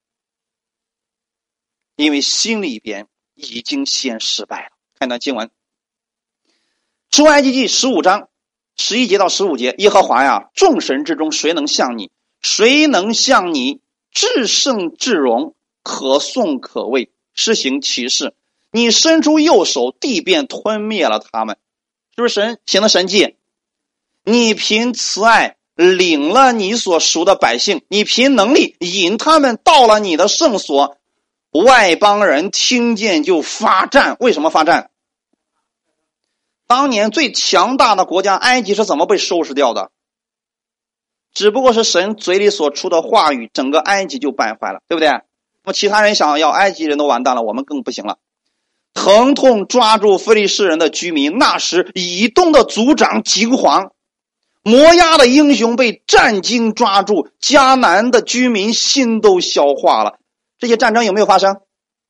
因为心里边已经先失败了。看段经文，出埃及记15章11节到15节，耶和华呀，众神之中谁能像你？谁能像你至圣至荣，可颂可畏，施行奇事？你伸出右手，地便吞灭了他们。是不是神行的神迹？你凭慈爱领了你所属的百姓，你凭能力引他们到了你的圣所，外邦人听见就发战。为什么发战？当年最强大的国家埃及是怎么被收拾掉的？只不过是神嘴里所出的话语，整个埃及就败坏了，对不对？那么其他人想要埃及人都完蛋了，我们更不行了。疼痛抓住非利士人的居民，那时以东的族长惊惶，摩押的英雄被战惊抓住，迦南的居民心都消化了。这些战争有没有发生？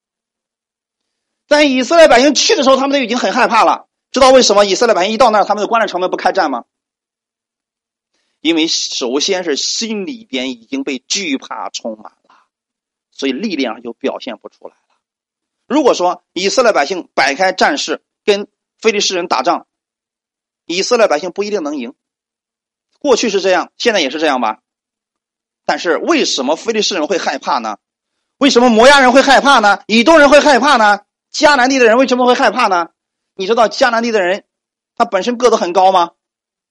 在以色列百姓去的时候，他们都已经很害怕了。知道为什么以色列百姓一到那儿，他们就关着城门不开战吗？因为首先是心里边已经被惧怕充满了，所以力量就表现不出来了。如果说以色列百姓摆开战事跟非利士人打仗，以色列百姓不一定能赢。过去是这样，现在也是这样吧。但是为什么非利士人会害怕呢？为什么摩押人会害怕呢？以东人会害怕呢？迦南地的人为什么会害怕呢？你知道迦南地的人他本身个子很高吗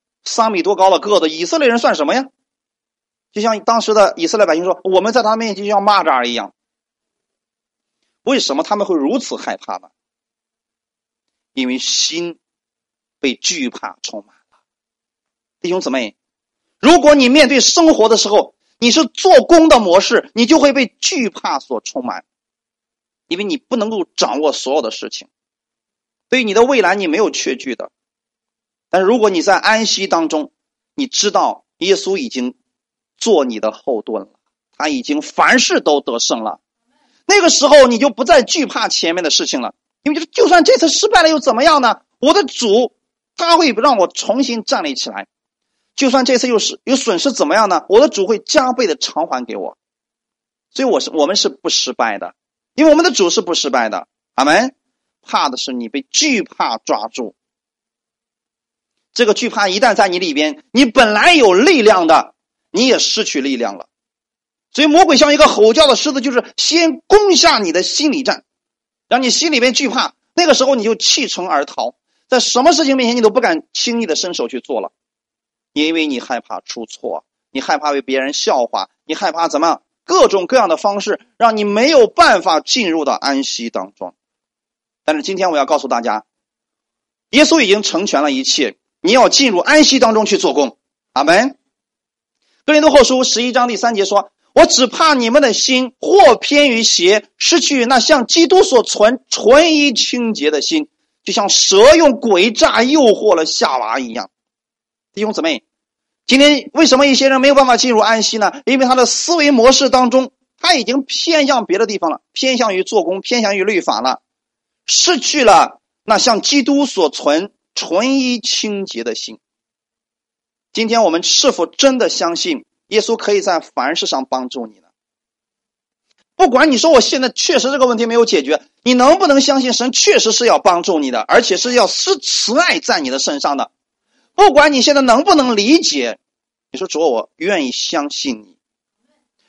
？3米多高的个子，以色列人算什么呀？就像当时的以色列百姓说，我们在他面前就像蚂蚱一样。为什么他们会如此害怕呢？因为心被惧怕充满了。弟兄姊妹，如果你面对生活的时候你是做工的模式，你就会被惧怕所充满，因为你不能够掌握所有的事情，对于你的未来你没有确据的。但是如果你在安息当中，你知道耶稣已经做你的后盾了，他已经凡事都得胜了，那个时候你就不再惧怕前面的事情了，因为就算这次失败了又怎么样呢？我的主他会让我重新站立起来，就算这次有损失怎么样呢？我的主会加倍的偿还给我。所以我们是不失败的，因为我们的主是不失败的。阿们。怕的是你被惧怕抓住，这个惧怕一旦在你里边，你本来有力量的你也失去力量了。所以魔鬼像一个吼叫的狮子，就是先攻下你的心理战，让你心里边惧怕，那个时候你就弃城而逃，在什么事情面前你都不敢轻易的伸手去做了，因为你害怕出错，你害怕被别人笑话，你害怕怎么样，各种各样的方式让你没有办法进入到安息当中。但是今天我要告诉大家，耶稣已经成全了一切，你要进入安息当中去做工。阿们。哥林多后书11章第3节说，我只怕你们的心或偏于邪，失去那像基督所存纯一清洁的心，就像蛇用诡诈诱惑了夏娃一样。弟兄姊妹，今天为什么一些人没有办法进入安息呢？因为他的思维模式当中他已经偏向别的地方了，偏向于做工，偏向于律法了，失去了那像基督所存纯一清洁的心。今天我们是否真的相信耶稣可以在凡事上帮助你呢？不管你说我现在确实这个问题没有解决，你能不能相信神确实是要帮助你的，而且是要施慈爱在你的身上的？不管你现在能不能理解，你说主，我愿意相信你。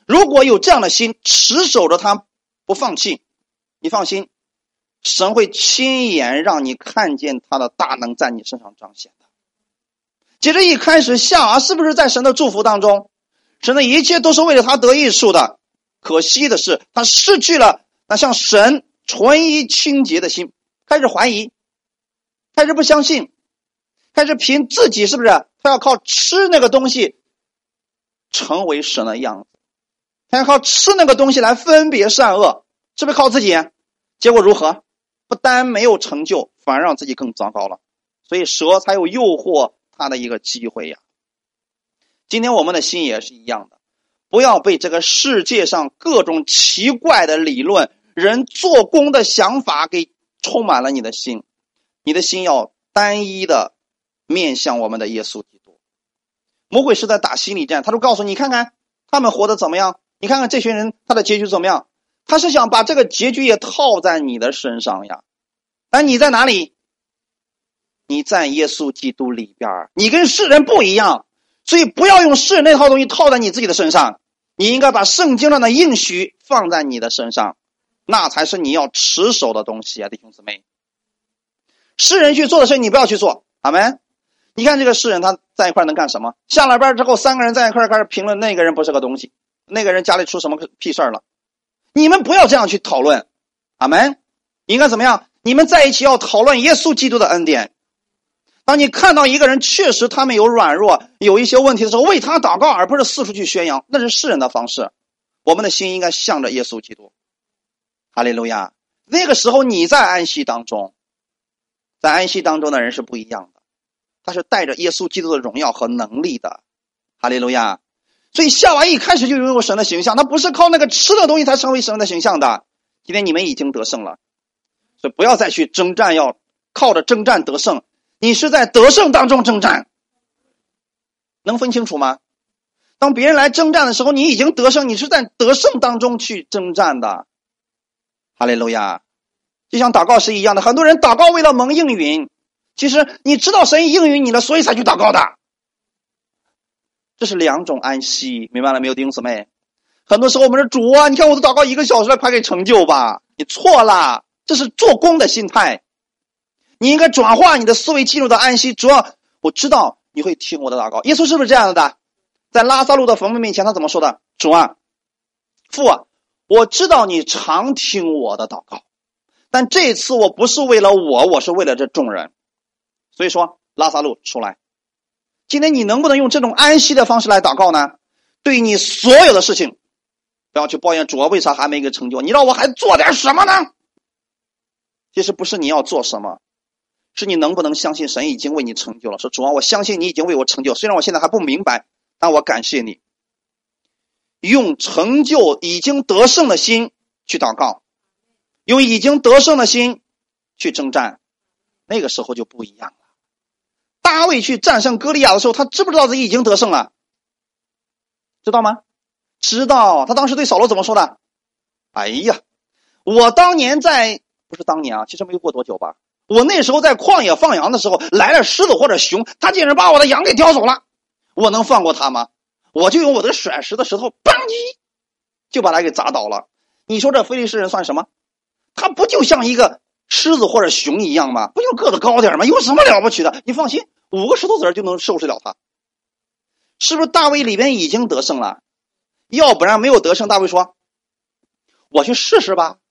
如果有这样的心，持守着它不放弃，你放心，神会亲眼让你看见他的大能在你身上彰显的。接着一开始夏娃是不是在神的祝福当中？神的一切都是为了他得益处的。可惜的是，他失去了那像神纯一清洁的心，开始怀疑，开始不相信，开始凭自己是不是他要靠吃那个东西成为神的样子，他要靠吃那个东西来分别善恶，是不是靠自己？结果如何？不单没有成就，反而让自己更糟糕了。所以蛇才有诱惑他的一个机会呀。今天我们的心也是一样的，不要被这个世界上各种奇怪的理论、人做工的想法给充满了你的心。你的心要单一的面向我们的耶稣基督。魔鬼是在打心理战，他就告诉你，看看他们活得怎么样，你看看这群人他的结局怎么样，他是想把这个结局也套在你的身上呀。但你在哪里？你在耶稣基督里边，你跟世人不一样，所以不要用世人那套东西套在你自己的身上，你应该把圣经上的应许放在你的身上，那才是你要持守的东西啊，弟兄姊妹。世人去做的事你不要去做，阿们。你看这个世人他在一块能干什么？下了班之后3个人在一块开始评论那个人不是个东西，那个人家里出什么屁事了。你们不要这样去讨论，阿们。应该怎么样？你们在一起要讨论耶稣基督的恩典。当你看到一个人确实他们有软弱有一些问题的时候，为他祷告，而不是四处去宣扬，那是世人的方式。我们的心应该向着耶稣基督。哈利路亚。那个时候你在安息当中，在安息当中的人是不一样的，他是带着耶稣基督的荣耀和能力的。哈利路亚。所以夏娃一开始就拥有神的形象，他不是靠那个吃的东西才成为神的形象的。今天你们已经得胜了，所以不要再去征战，要靠着征战得胜。你是在得胜当中征战，能分清楚吗？当别人来征战的时候，你已经得胜，你是在得胜当中去征战的。哈利路亚。就像祷告是一样的，很多人祷告为了蒙应允，其实你知道神应允你了，所以才去祷告的。这是两种安息，明白了没有，弟兄姊妹？很多时候我们说主啊，你看我都祷告1个小时了，快给成就吧。你错了，这是做工的心态。你应该转化你的思维进入到安息。主啊，我知道你会听我的祷告。耶稣是不是这样的？在拉撒路的坟墓面前他怎么说的？主啊，父啊，我知道你常听我的祷告，但这次我不是为了我是为了这众人。所以说拉撒路出来。今天你能不能用这种安息的方式来祷告呢？对你所有的事情不要去抱怨，主啊，为啥还没给成就？你让我还做点什么呢？其实不是你要做什么，是你能不能相信神已经为你成就了。说主啊，我相信你已经为我成就，虽然我现在还不明白，但我感谢你。用成就已经得胜的心去祷告，用已经得胜的心去征战，那个时候就不一样了。大卫去战胜歌利亚的时候，他知不知道自己已经得胜了？知道吗？知道。他当时对扫罗怎么说的？哎呀，我当年不是当年啊，其实没有过多久吧，我那时候在旷野放羊的时候，来了狮子或者熊，他竟然把我的羊给叼走了，我能放过他吗？我就用我的甩石的石头嘣一就把他给砸倒了。你说这非利士人算什么？他不就像一个狮子或者熊一样吗？不就个子高点吗？有什么了不起的？你放心，5个石头子就能收拾了他。是不是大卫里边已经得胜了？要不然没有得胜，大卫说我去试试吧。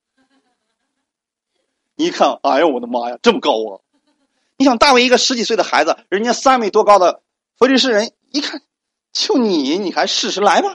你看，哎呀我的妈呀，这么高啊！你想大卫一个10几岁的孩子，人家3米多高的非利士人一看就你还试试来吧。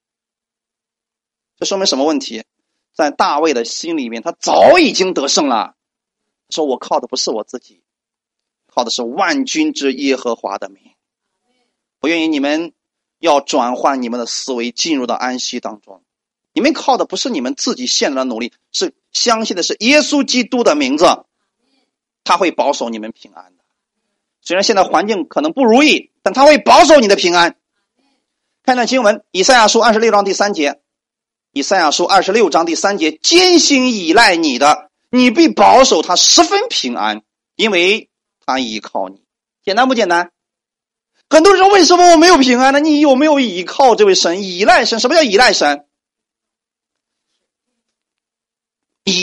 这说明什么问题？在大卫的心里面，他早已经得胜了。说我靠的不是我自己，靠的是万军之耶和华的名。我愿意你们要转换你们的思维，进入到安息当中。你们靠的不是你们自己现在的努力，是相信的是耶稣基督的名字，他会保守你们平安的。虽然现在环境可能不如意，但他会保守你的平安。看段经文，以赛亚书26章第3节，以赛亚书26章第3节，坚心依赖你的，你必保守他十分平安，因为他依靠你。简单不简单？很多人说为什么我没有平安呢？你有没有依靠这位神？依赖神。什么叫依赖神？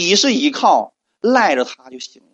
倚是倚靠，赖着他就行了。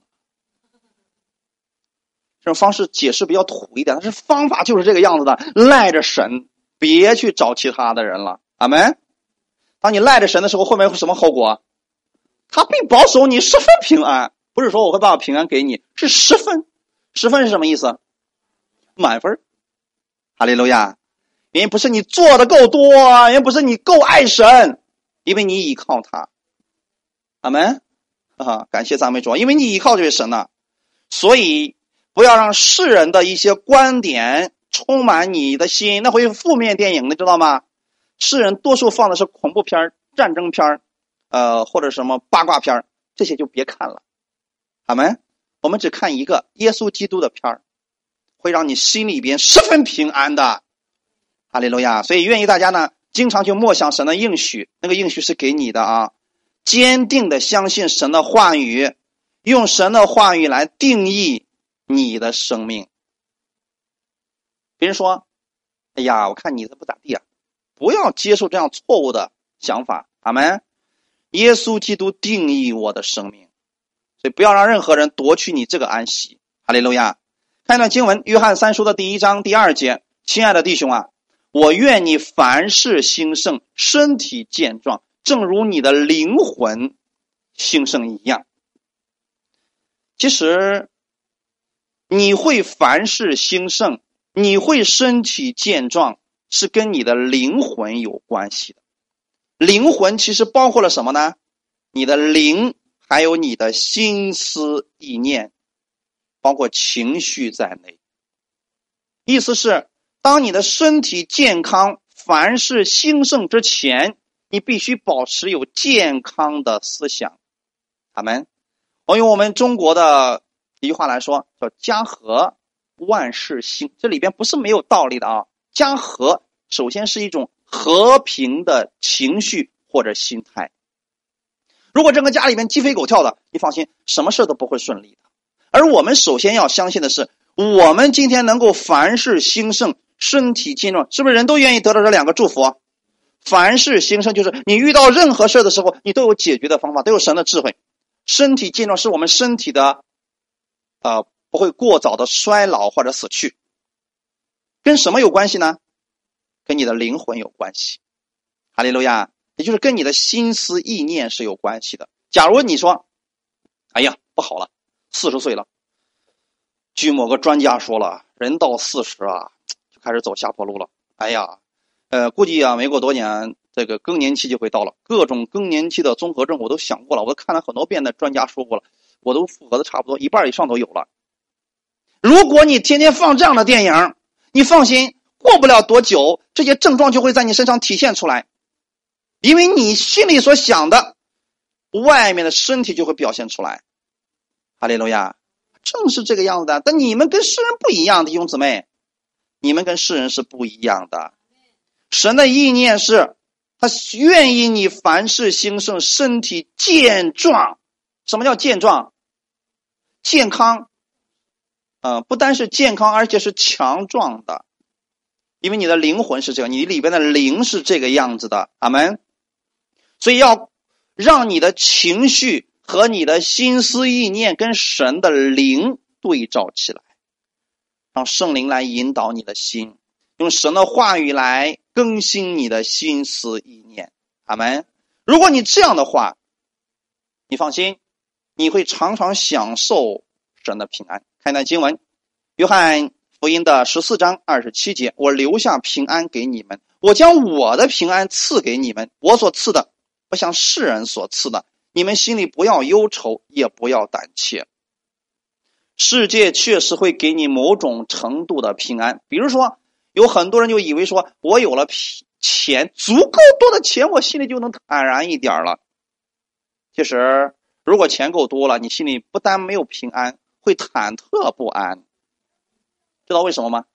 这种方式解释比较土一点，但是方法就是这个样子的，赖着神，别去找其他的人了。阿们。当你赖着神的时候，后面会什么后果？他必保守你10分平安。不是说我会把平安给你，是10分。10分是什么意思？满分。哈利路亚。原因不是你做的够多，原因不是你够爱神，因为你倚靠他。阿们。感谢赞美主，因为你倚靠这位神呢，所以不要让世人的一些观点充满你的心，那会负面电影，你知道吗？世人多数放的是恐怖片、战争片，或者什么八卦片，这些就别看了。阿们。我们只看一个耶稣基督的片，会让你心里边10分平安的。哈利路亚。所以愿意大家呢经常去默想神的应许，那个应许是给你的啊。坚定的相信神的话语，用神的话语来定义你的生命。别人说哎呀我看你这不咋地啊，不要接受这样错误的想法。阿们。耶稣基督定义我的生命，所以不要让任何人夺去你这个安息。哈利路亚。看一段经文，约翰3书的第1章第2节，亲爱的弟兄啊，我愿你凡事兴盛，身体健壮，正如你的灵魂兴盛一样。其实你会凡事兴盛，你会身体健壮，是跟你的灵魂有关系的。灵魂其实包括了什么呢？你的灵，还有你的心思意念，包括情绪在内。意思是当你的身体健康，凡事兴盛之前，你必须保持有健康的思想。阿们。我用我们中国的一句话来说，叫家和万事兴。这里边不是没有道理的啊。家和首先是一种和平的情绪或者心态。如果整个家里面鸡飞狗跳的，你放心，什么事都不会顺利的。而我们首先要相信的是，我们今天能够凡事兴盛，身体健壮，是不是人都愿意得到这2个祝福？凡事兴盛就是你遇到任何事的时候，你都有解决的方法，都有神的智慧。身体健壮是我们身体的不会过早的衰老或者死去。跟什么有关系呢？跟你的灵魂有关系。哈利路亚。也就是跟你的心思意念是有关系的。假如你说哎呀不好了，40岁了，据某个专家说了，人到40啊就开始走下坡路了。哎呀估计啊没过多年这个更年期就会到了。各种更年期的综合症我都想过了，我都看了很多遍的专家说过了，我都符合的差不多1半以上都有了。如果你天天放这样的电影，你放心，过不了多久这些症状就会在你身上体现出来。因为你心里所想的，外面的身体就会表现出来。哈利路亚。正是这个样子的。但你们跟世人不一样的，弟兄姊妹，你们跟世人是不一样的。神的意念是他愿意你凡事兴盛，身体健壮。什么叫健壮？健康不单是健康，而且是强壮的。因为你的灵魂是这样，你里边的灵是这个样子的。阿们。所以要让你的情绪和你的心思意念跟神的灵对照起来，让圣灵来引导你的心，用神的话语来更新你的心思意念。阿们。如果你这样的话，你放心，你会常常享受神的平安。看一段经文，约翰福音的14章27节，我留下平安给你们，我将我的平安赐给你们，我所赐的不像世人所赐的，你们心里不要忧愁，也不要胆怯。世界确实会给你某种程度的平安。比如说有很多人就以为说，我有了钱，足够多的钱，我心里就能坦然一点了。其实如果钱够多了，你心里不但没有平安，会忐忑不安。知道为什么吗？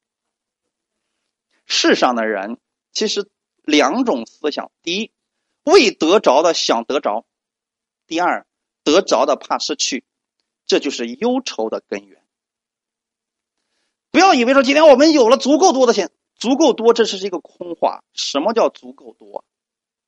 世上的人其实2种思想，第一，未得着的想得着，第二，得着的怕失去，这就是忧愁的根源。不要以为说今天我们有了足够多的钱，足够多这是一个空话。什么叫足够多？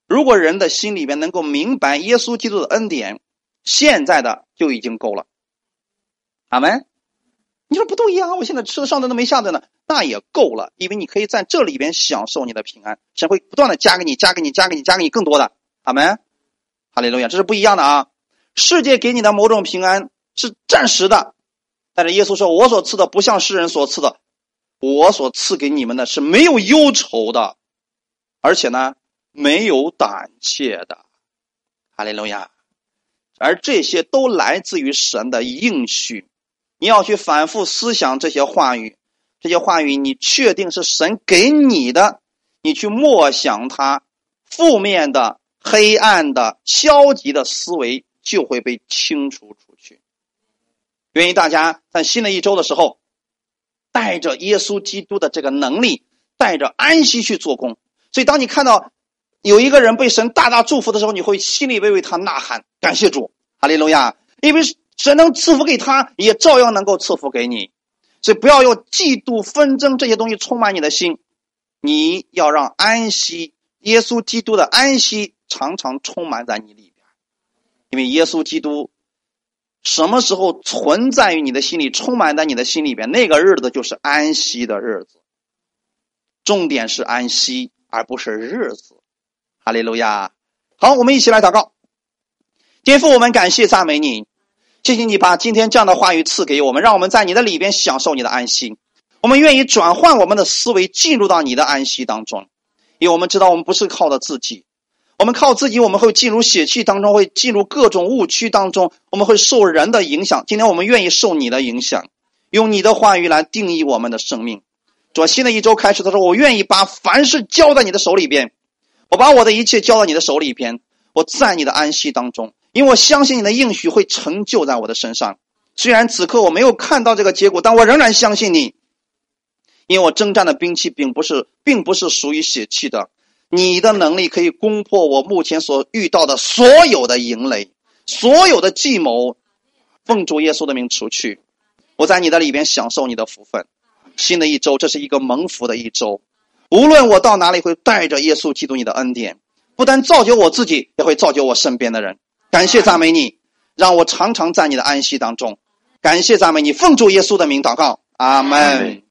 如果人的心里边能够明白耶稣基督的恩典，现在的就已经够了。阿们。你说不对呀，我现在吃的上顿都没下顿呢，那也够了，因为你可以在这里边享受你的平安，神会不断的加给你更多的。阿们。哈利路亚，这是不一样的啊。世界给你的某种平安是暂时的，但是耶稣说，我所赐的不像世人所赐的，我所赐给你们的是没有忧愁的，而且呢没有胆怯的。哈利路亚。而这些都来自于神的应许，你要去反复思想这些话语，这些话语你确定是神给你的，你去默想它，负面的、黑暗的、消极的思维就会被清除出去。愿意大家在新的一周的时候，带着耶稣基督的这个能力，带着安息去做工。所以当你看到有一个人被神大大祝福的时候，你会心里为他呐喊，感谢主，哈利路亚，因为神能赐福给他，也照样能够赐福给你。所以不要用嫉妒、纷争这些东西充满你的心，你要让安息，耶稣基督的安息常常充满在你里边。因为耶稣基督什么时候存在于你的心里，充满在你的心里边，那个日子就是安息的日子。重点是安息，而不是日子。哈利路亚。好，我们一起来祷告。天父，我们感谢赞美你，谢谢你把今天这样的话语赐给我们，让我们在你的里边享受你的安息。我们愿意转换我们的思维，进入到你的安息当中，因为我们知道我们不是靠的自己，我们靠自己，我们会进入血气当中，会进入各种误区当中，我们会受人的影响。今天我们愿意受你的影响，用你的话语来定义我们的生命。主，新的一周开始的时候，我愿意把凡事交在你的手里边，我把我的一切交在你的手里边，我在你的安息当中，因为我相信你的应许会成就在我的身上。虽然此刻我没有看到这个结果，但我仍然相信你，因为我征战的兵器并不是属于血气的，你的能力可以攻破我目前所遇到的所有的营垒，所有的计谋，奉主耶稣的名除去。我在你的里边享受你的福分。新的一周，这是一个蒙福的一周，无论我到哪里，会带着耶稣基督你的恩典，不但造就我自己，也会造就我身边的人。感谢赞美你，让我常常在你的安息当中。感谢赞美你，奉主耶稣的名祷告，阿们。